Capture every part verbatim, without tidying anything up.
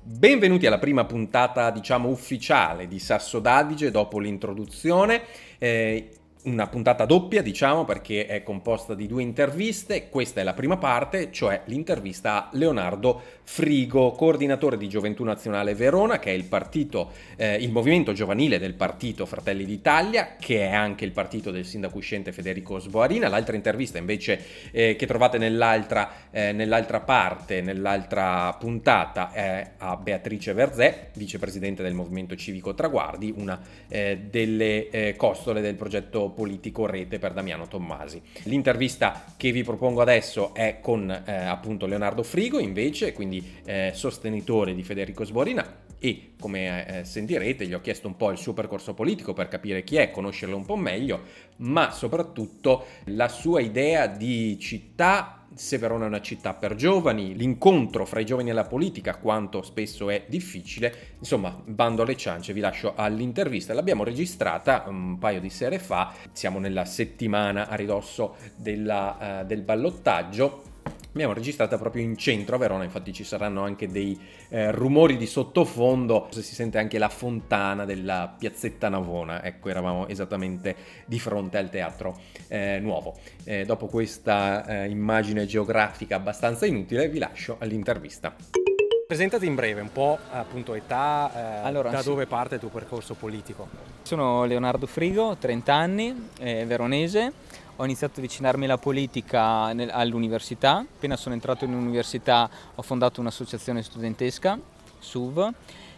Benvenuti alla prima puntata, diciamo, ufficiale di Sasso d'Adige dopo l'introduzione. Eh, una puntata doppia, diciamo, perché è composta di due interviste. Questa è la prima parte, cioè l'intervista a Leonardo Frigo, coordinatore di Gioventù Nazionale Verona, che è il partito, eh, il movimento giovanile del partito Fratelli d'Italia, che è anche il partito del sindaco uscente Federico Sboarina. L'altra intervista invece eh, che trovate nell'altra, eh, nell'altra parte, nell'altra puntata, è a Beatrice Verzé, vicepresidente del Movimento Civico Traguardi, una eh, delle eh, costole del progetto politico Rete per Damiano Tommasi. L'intervista che vi propongo adesso è con eh, appunto Leonardo Frigo, invece, quindi eh, sostenitore di Federico Sboarina, e come eh, sentirete gli ho chiesto un po' il suo percorso politico per capire chi è, conoscerlo un po' meglio, ma soprattutto la sua idea di città, se Verona è una città per giovani, l'incontro fra i giovani e la politica, quanto spesso è difficile. Insomma, bando alle ciance, vi lascio all'intervista. L'abbiamo registrata un paio di sere fa, siamo nella settimana a ridosso della, uh, del ballottaggio. L'abbiamo registrata proprio in centro a Verona, infatti ci saranno anche dei eh, rumori di sottofondo, se si sente anche la fontana della piazzetta Navona. Ecco, eravamo esattamente di fronte al Teatro eh, Nuovo. Eh, dopo questa eh, immagine geografica abbastanza inutile, vi lascio all'intervista. Presentati in breve, un po' appunto età, eh, allora, da sì. dove parte il tuo percorso politico? Sono Leonardo Frigo, trenta anni, eh, veronese. Ho iniziato a avvicinarmi alla politica nel, all'università. Appena sono entrato in università ho fondato un'associazione studentesca, S U V,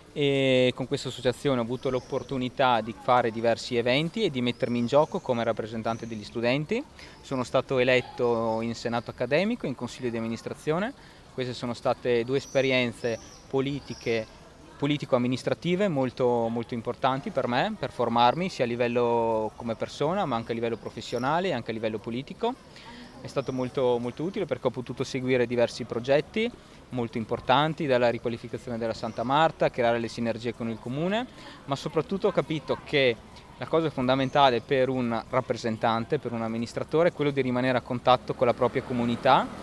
e con questa associazione ho avuto l'opportunità di fare diversi eventi e di mettermi in gioco come rappresentante degli studenti. Sono stato eletto in senato accademico, in consiglio di amministrazione. Queste sono state due esperienze politiche politico-amministrative molto, molto importanti per me, per formarmi sia a livello come persona ma anche a livello professionale e anche a livello politico. È stato molto, molto utile perché ho potuto seguire diversi progetti molto importanti, dalla riqualificazione della Santa Marta, creare le sinergie con il comune, ma soprattutto ho capito che la cosa fondamentale per un rappresentante, per un amministratore, è quello di rimanere a contatto con la propria comunità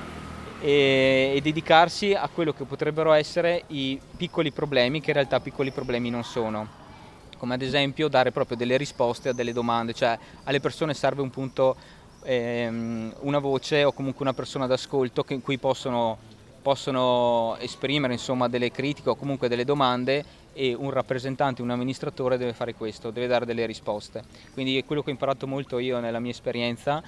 e, e dedicarsi a quello che potrebbero essere i piccoli problemi, che in realtà piccoli problemi non sono, come ad esempio dare proprio delle risposte a delle domande, cioè alle persone serve un punto, ehm, una voce o comunque una persona d'ascolto che, in cui possono, possono esprimere insomma delle critiche o comunque delle domande, e un rappresentante, un amministratore deve fare questo, deve dare delle risposte. Quindi è quello che ho imparato molto io nella mia esperienza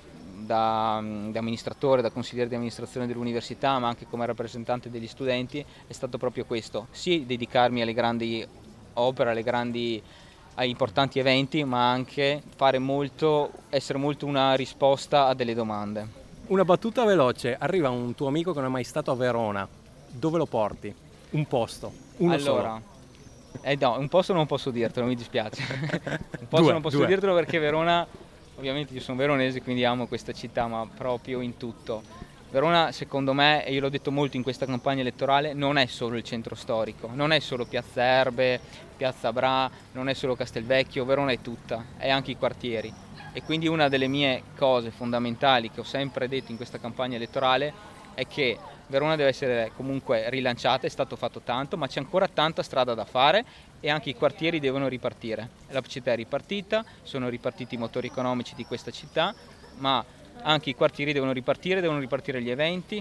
Da, da amministratore, da consigliere di amministrazione dell'università, ma anche come rappresentante degli studenti, è stato proprio questo: sì, dedicarmi alle grandi opere, alle grandi, ai importanti eventi, ma anche fare molto, essere molto una risposta a delle domande. Una battuta veloce: arriva un tuo amico che non è mai stato a Verona, dove lo porti? Un posto, uno allora, solo. Eh no, un posto non posso dirtelo, mi dispiace. Un posto due, non posso due. dirtelo perché Verona, ovviamente io sono veronese, quindi amo questa città, ma proprio in tutto. Verona, secondo me, e io l'ho detto molto in questa campagna elettorale, non è solo il centro storico, non è solo Piazza Erbe, Piazza Bra, non è solo Castelvecchio, Verona è tutta, è anche i quartieri. E quindi una delle mie cose fondamentali che ho sempre detto in questa campagna elettorale è che Verona deve essere comunque rilanciata, è stato fatto tanto, ma c'è ancora tanta strada da fare e anche i quartieri devono ripartire. La città è ripartita, sono ripartiti i motori economici di questa città, ma anche i quartieri devono ripartire, devono ripartire gli eventi,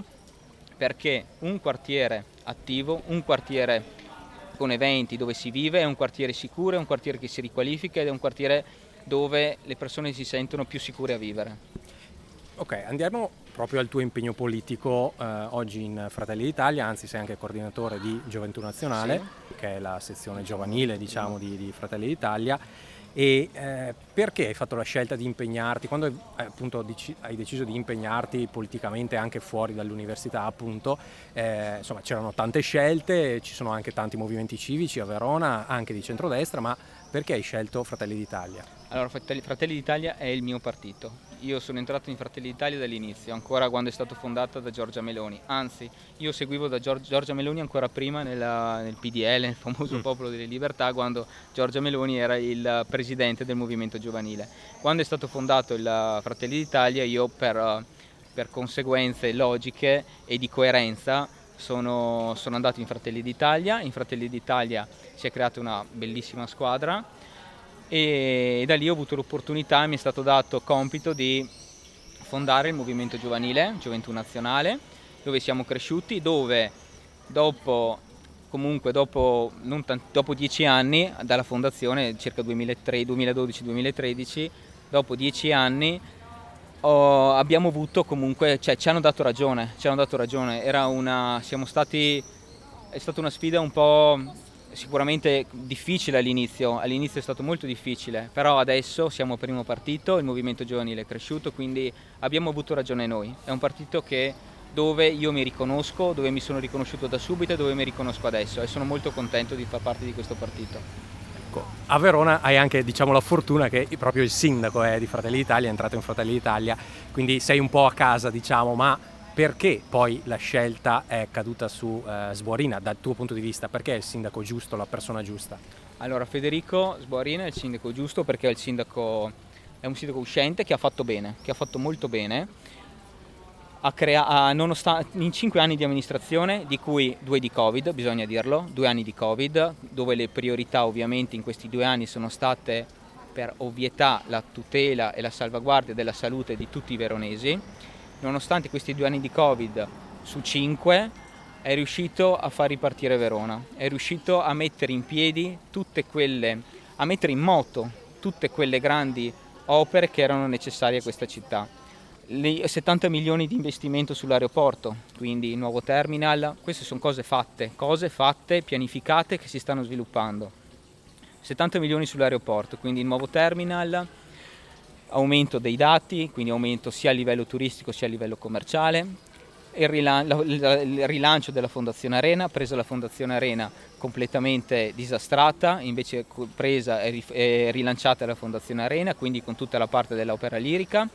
perché un quartiere attivo, un quartiere con eventi dove si vive, è un quartiere sicuro, è un quartiere che si riqualifica ed è un quartiere dove le persone si sentono più sicure a vivere. Ok, andiamo proprio al tuo impegno politico eh, oggi in Fratelli d'Italia, anzi sei anche coordinatore di Gioventù Nazionale, sì, che è la sezione giovanile, diciamo, di, di Fratelli d'Italia. E eh, perché hai fatto la scelta di impegnarti, quando eh, appunto dici, hai deciso di impegnarti politicamente anche fuori dall'università, appunto, eh, insomma c'erano tante scelte, ci sono anche tanti movimenti civici a Verona, anche di centrodestra, ma perché hai scelto Fratelli d'Italia? Allora, Fratelli d'Italia è il mio partito. Io sono entrato in Fratelli d'Italia dall'inizio, ancora quando è stato fondato da Giorgia Meloni. Anzi, io seguivo da Giorgia Meloni ancora prima nella, nel P D L, nel famoso mm. Popolo delle Libertà, quando Giorgia Meloni era il presidente del movimento giovanile. Quando è stato fondato il Fratelli d'Italia, io per, per conseguenze logiche e di coerenza sono, sono andato in Fratelli d'Italia, in Fratelli d'Italia si è creata una bellissima squadra e da lì ho avuto l'opportunità, mi è stato dato compito di fondare il movimento giovanile, Gioventù Nazionale, dove siamo cresciuti, dove dopo, comunque dopo, non tant- dopo dieci anni dalla fondazione, circa duemiladodici duemilatredici, dopo dieci anni ho- abbiamo avuto comunque, cioè ci hanno dato ragione, ci hanno dato ragione, era una, siamo stati, è stata una sfida un po' sicuramente difficile all'inizio, all'inizio è stato molto difficile, però adesso siamo primo partito, il movimento giovanile è cresciuto, quindi abbiamo avuto ragione noi, è un partito che, dove io mi riconosco, dove mi sono riconosciuto da subito e dove mi riconosco adesso e sono molto contento di far parte di questo partito. Ecco, a Verona hai anche, diciamo, la fortuna che proprio il sindaco è di Fratelli d'Italia, è entrato in Fratelli d'Italia, quindi sei un po' a casa, diciamo, ma perché poi la scelta è caduta su eh, Sborina dal tuo punto di vista? Perché è il sindaco giusto, la persona giusta? Allora, Federico Sborina è il sindaco giusto perché è, il sindaco, è un sindaco uscente che ha fatto bene, che ha fatto molto bene. Ha crea- ha, nonostante, in cinque anni di amministrazione, di cui due di Covid, bisogna dirlo, due anni di Covid, dove le priorità ovviamente in questi due anni sono state per ovvietà la tutela e la salvaguardia della salute di tutti i veronesi. Nonostante questi due anni di Covid su cinque, è riuscito a far ripartire Verona, è riuscito a mettere in piedi tutte quelle, a mettere in moto tutte quelle grandi opere che erano necessarie a questa città. Le settanta milioni di investimento sull'aeroporto, quindi il nuovo terminal, queste sono cose fatte, cose fatte, pianificate che si stanno sviluppando. settanta milioni sull'aeroporto, quindi il nuovo terminal, aumento dei dati, quindi aumento sia a livello turistico sia a livello commerciale, il rilancio, il rilancio della Fondazione Arena, presa la Fondazione Arena completamente disastrata, invece presa e rilanciata la Fondazione Arena, quindi con tutta la parte dell'opera lirica.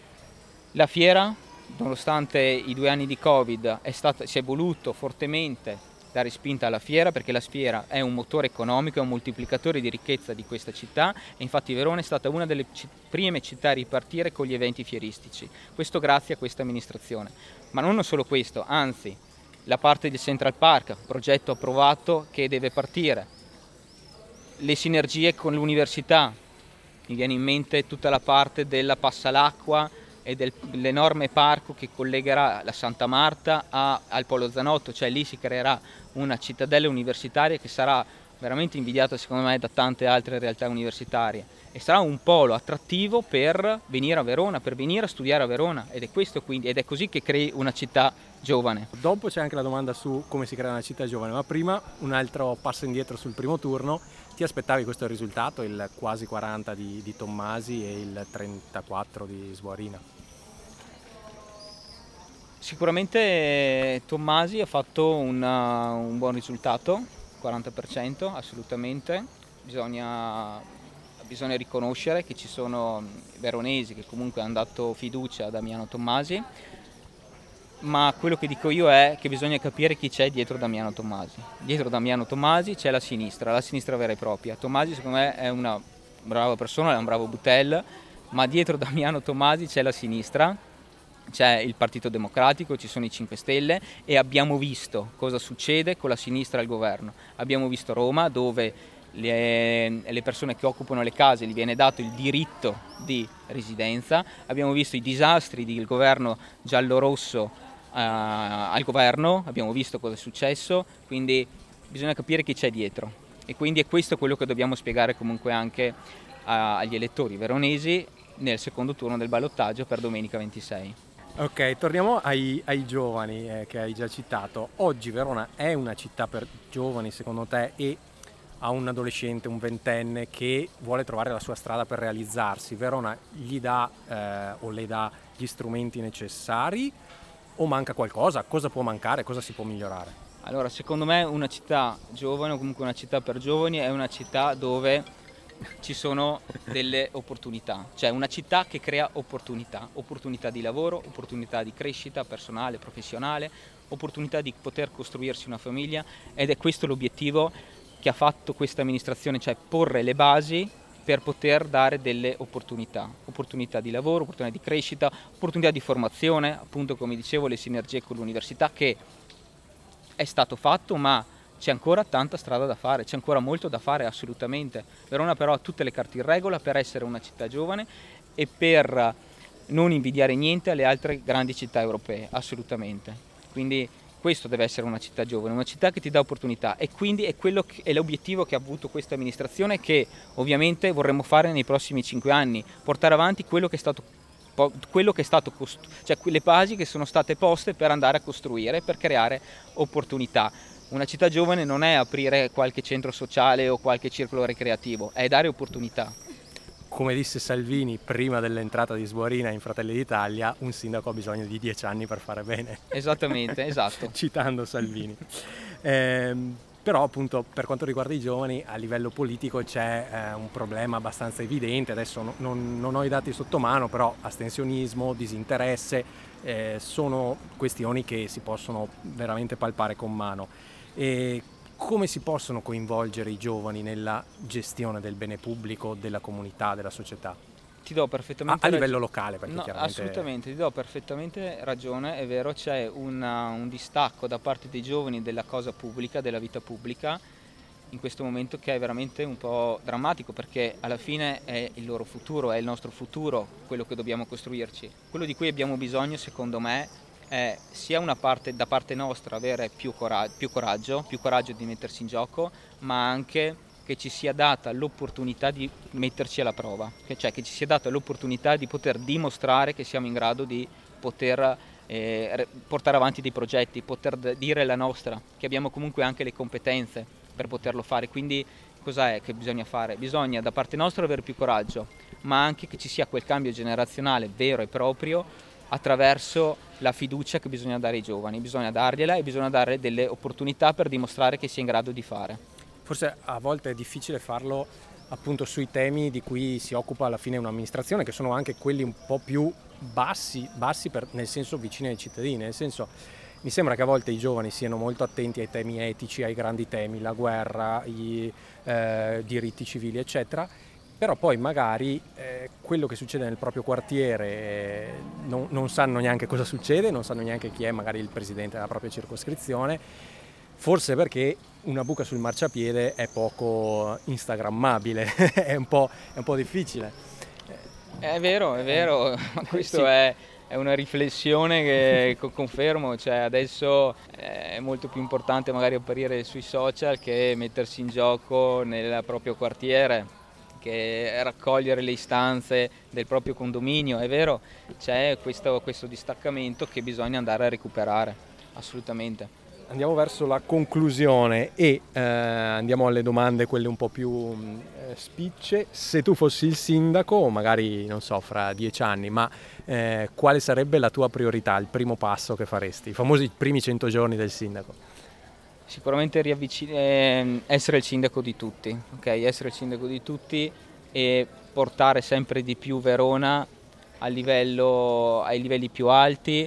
La fiera, nonostante i due anni di Covid, è stata, si è voluto fortemente dare spinta alla fiera perché la fiera è un motore economico, è un moltiplicatore di ricchezza di questa città e infatti Verona è stata una delle c- prime città a ripartire con gli eventi fieristici. Questo grazie a questa amministrazione. Ma non solo questo, anzi, la parte del Central Park, progetto approvato che deve partire, le sinergie con l'università, mi viene in mente tutta la parte della Passalacqua e dell'enorme parco che collegherà la Santa Marta a, al Polo Zanotto, cioè lì si creerà una cittadella universitaria che sarà veramente invidiata secondo me da tante altre realtà universitarie e sarà un polo attrattivo per venire a Verona, per venire a studiare a Verona ed è questo quindi, ed è così che crei una città giovane. Dopo c'è anche la domanda su come si crea una città giovane, ma prima un altro passo indietro sul primo turno. Ti aspettavi questo risultato, il quasi quaranta di, di Tommasi e il trentaquattro di Sborina? Sicuramente Tommasi ha fatto una, un buon risultato, quaranta per cento assolutamente, bisogna, bisogna riconoscere che ci sono veronesi che comunque hanno dato fiducia a Damiano Tommasi, ma quello che dico io è che bisogna capire chi c'è dietro Damiano Tommasi. Dietro Damiano Tommasi c'è la sinistra, la sinistra vera e propria. Tommasi secondo me è una brava persona, è un bravo butello, ma dietro Damiano Tommasi c'è la sinistra, c'è il Partito Democratico, ci sono i cinque Stelle e abbiamo visto cosa succede con la sinistra al governo. Abbiamo visto Roma dove le, le persone che occupano le case gli viene dato il diritto di residenza, abbiamo visto i disastri del governo giallo-rosso Uh, al governo, abbiamo visto cosa è successo, quindi bisogna capire chi c'è dietro e quindi è questo quello che dobbiamo spiegare comunque anche uh, agli elettori veronesi nel secondo turno del ballottaggio per domenica ventisei. Ok, torniamo ai, ai giovani eh, che hai già citato. Oggi Verona è una città per giovani secondo te e a un adolescente, un ventenne che vuole trovare la sua strada per realizzarsi, Verona gli dà eh, o le dà gli strumenti necessari? O manca qualcosa? Cosa può mancare? Cosa si può migliorare? Allora, secondo me una città giovane o comunque una città per giovani è una città dove ci sono delle opportunità, cioè una città che crea opportunità, opportunità di lavoro, opportunità di crescita personale, professionale, opportunità di poter costruirsi una famiglia ed è questo l'obiettivo che ha fatto questa amministrazione, cioè porre le basi per poter dare delle opportunità, opportunità di lavoro, opportunità di crescita, opportunità di formazione, appunto come dicevo le sinergie con l'università che è stato fatto, ma c'è ancora tanta strada da fare, c'è ancora molto da fare assolutamente. Verona però ha tutte le carte in regola per essere una città giovane e per non invidiare niente alle altre grandi città europee, assolutamente. Quindi questo deve essere una città giovane, una città che ti dà opportunità, e quindi è, quello che, è l'obiettivo che ha avuto questa amministrazione, che ovviamente vorremmo fare nei prossimi cinque anni, portare avanti quello che è stato, quello che è stato costru- cioè quelle basi che sono state poste per andare a costruire, per creare opportunità. Una città giovane non è aprire qualche centro sociale o qualche circolo ricreativo, è dare opportunità. Come disse Salvini prima dell'entrata di Sborina in Fratelli d'Italia, un sindaco ha bisogno di dieci anni per fare bene. Esattamente, esatto. Citando Salvini. Eh, però appunto per quanto riguarda i giovani a livello politico c'è eh, un problema abbastanza evidente. Adesso no, non, non ho i dati sotto mano, però astensionismo, disinteresse eh, sono questioni che si possono veramente palpare con mano. E come si possono coinvolgere i giovani nella gestione del bene pubblico, della comunità, della società? Ti do perfettamente a, a livello rag- locale, perché no, chiaramente... assolutamente, ti do perfettamente ragione, è vero, c'è una, un distacco da parte dei giovani della cosa pubblica, della vita pubblica, in questo momento, che è veramente un po' drammatico, perché alla fine è il loro futuro, è il nostro futuro, quello che dobbiamo costruirci. Quello di cui abbiamo bisogno, secondo me, è sia una parte da parte nostra avere più coraggio, più coraggio, più coraggio di mettersi in gioco, ma anche che ci sia data l'opportunità di metterci alla prova, che, cioè che ci sia data l'opportunità di poter dimostrare che siamo in grado di poter eh, portare avanti dei progetti, poter dire la nostra, che abbiamo comunque anche le competenze per poterlo fare. Quindi cosa è che bisogna fare? Bisogna da parte nostra avere più coraggio, ma anche che ci sia quel cambio generazionale vero e proprio attraverso la fiducia che bisogna dare ai giovani, bisogna dargliela e bisogna dare delle opportunità per dimostrare che si è in grado di fare. Forse a volte è difficile farlo appunto sui temi di cui si occupa alla fine un'amministrazione, che sono anche quelli un po' più bassi, bassi per, nel senso vicini ai cittadini, nel senso mi sembra che a volte i giovani siano molto attenti ai temi etici, ai grandi temi, la guerra, i eh, diritti civili eccetera, però poi magari eh, quello che succede nel proprio quartiere eh, non, non sanno neanche cosa succede, non sanno neanche chi è magari il presidente della propria circoscrizione, forse perché una buca sul marciapiede è poco instagrammabile, è, un po', è un po' difficile. È vero, è vero, ma questo sì. è, è una riflessione che confermo, cioè adesso è molto più importante magari apparire sui social che mettersi in gioco nel proprio quartiere, che raccogliere le istanze del proprio condominio. È vero, c'è questo, questo distaccamento che bisogna andare a recuperare, assolutamente. Andiamo verso la conclusione e eh, andiamo alle domande, quelle un po' più eh, spicce. Se tu fossi il sindaco, magari non so, fra dieci anni, ma eh, quale sarebbe la tua priorità, il primo passo che faresti? I famosi primi cento giorni del sindaco. Sicuramente riavvicin- eh, essere il sindaco di tutti, ok? Essere il sindaco di tutti e portare sempre di più Verona a livello, ai livelli più alti,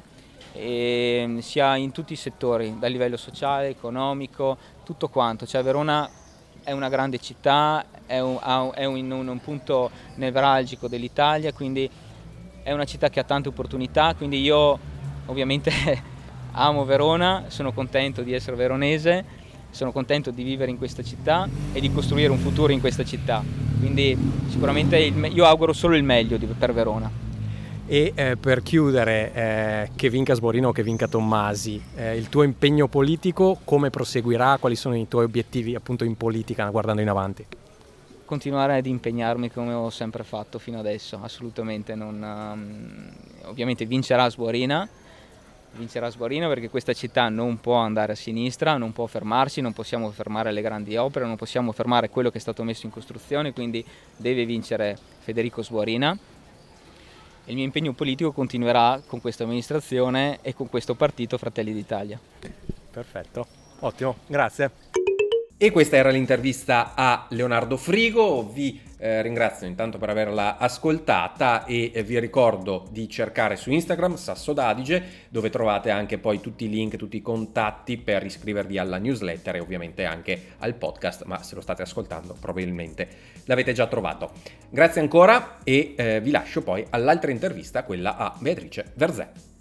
e sia in tutti i settori, dal livello sociale, economico, tutto quanto. Cioè Verona è una grande città, è un, è un, un, un punto nevralgico dell'Italia, quindi è una città che ha tante opportunità, quindi io ovviamente amo Verona, sono contento di essere veronese, sono contento di vivere in questa città e di costruire un futuro in questa città, quindi sicuramente il, io auguro solo il meglio di, per Verona. E eh, per chiudere, eh, che vinca Sborina o che vinca Tommasi, eh, il tuo impegno politico come proseguirà? Quali sono i tuoi obiettivi appunto in politica guardando in avanti? Continuare ad impegnarmi come ho sempre fatto fino adesso, assolutamente. Non, um, ovviamente vincerà Sborina, vincerà Sborina perché questa città non può andare a sinistra, non può fermarsi, non possiamo fermare le grandi opere, non possiamo fermare quello che è stato messo in costruzione, quindi deve vincere Federico Sborina. Il mio impegno politico continuerà con questa amministrazione e con questo partito Fratelli d'Italia. Perfetto, ottimo, grazie. E questa era l'intervista a Leonardo Frigo, vi eh, ringrazio intanto per averla ascoltata e eh, vi ricordo di cercare su Instagram Sasso d'Adige, dove trovate anche poi tutti i link, tutti i contatti per iscrivervi alla newsletter e ovviamente anche al podcast, ma se lo state ascoltando probabilmente l'avete già trovato. Grazie ancora e eh, vi lascio poi all'altra intervista, quella a Beatrice Verzè.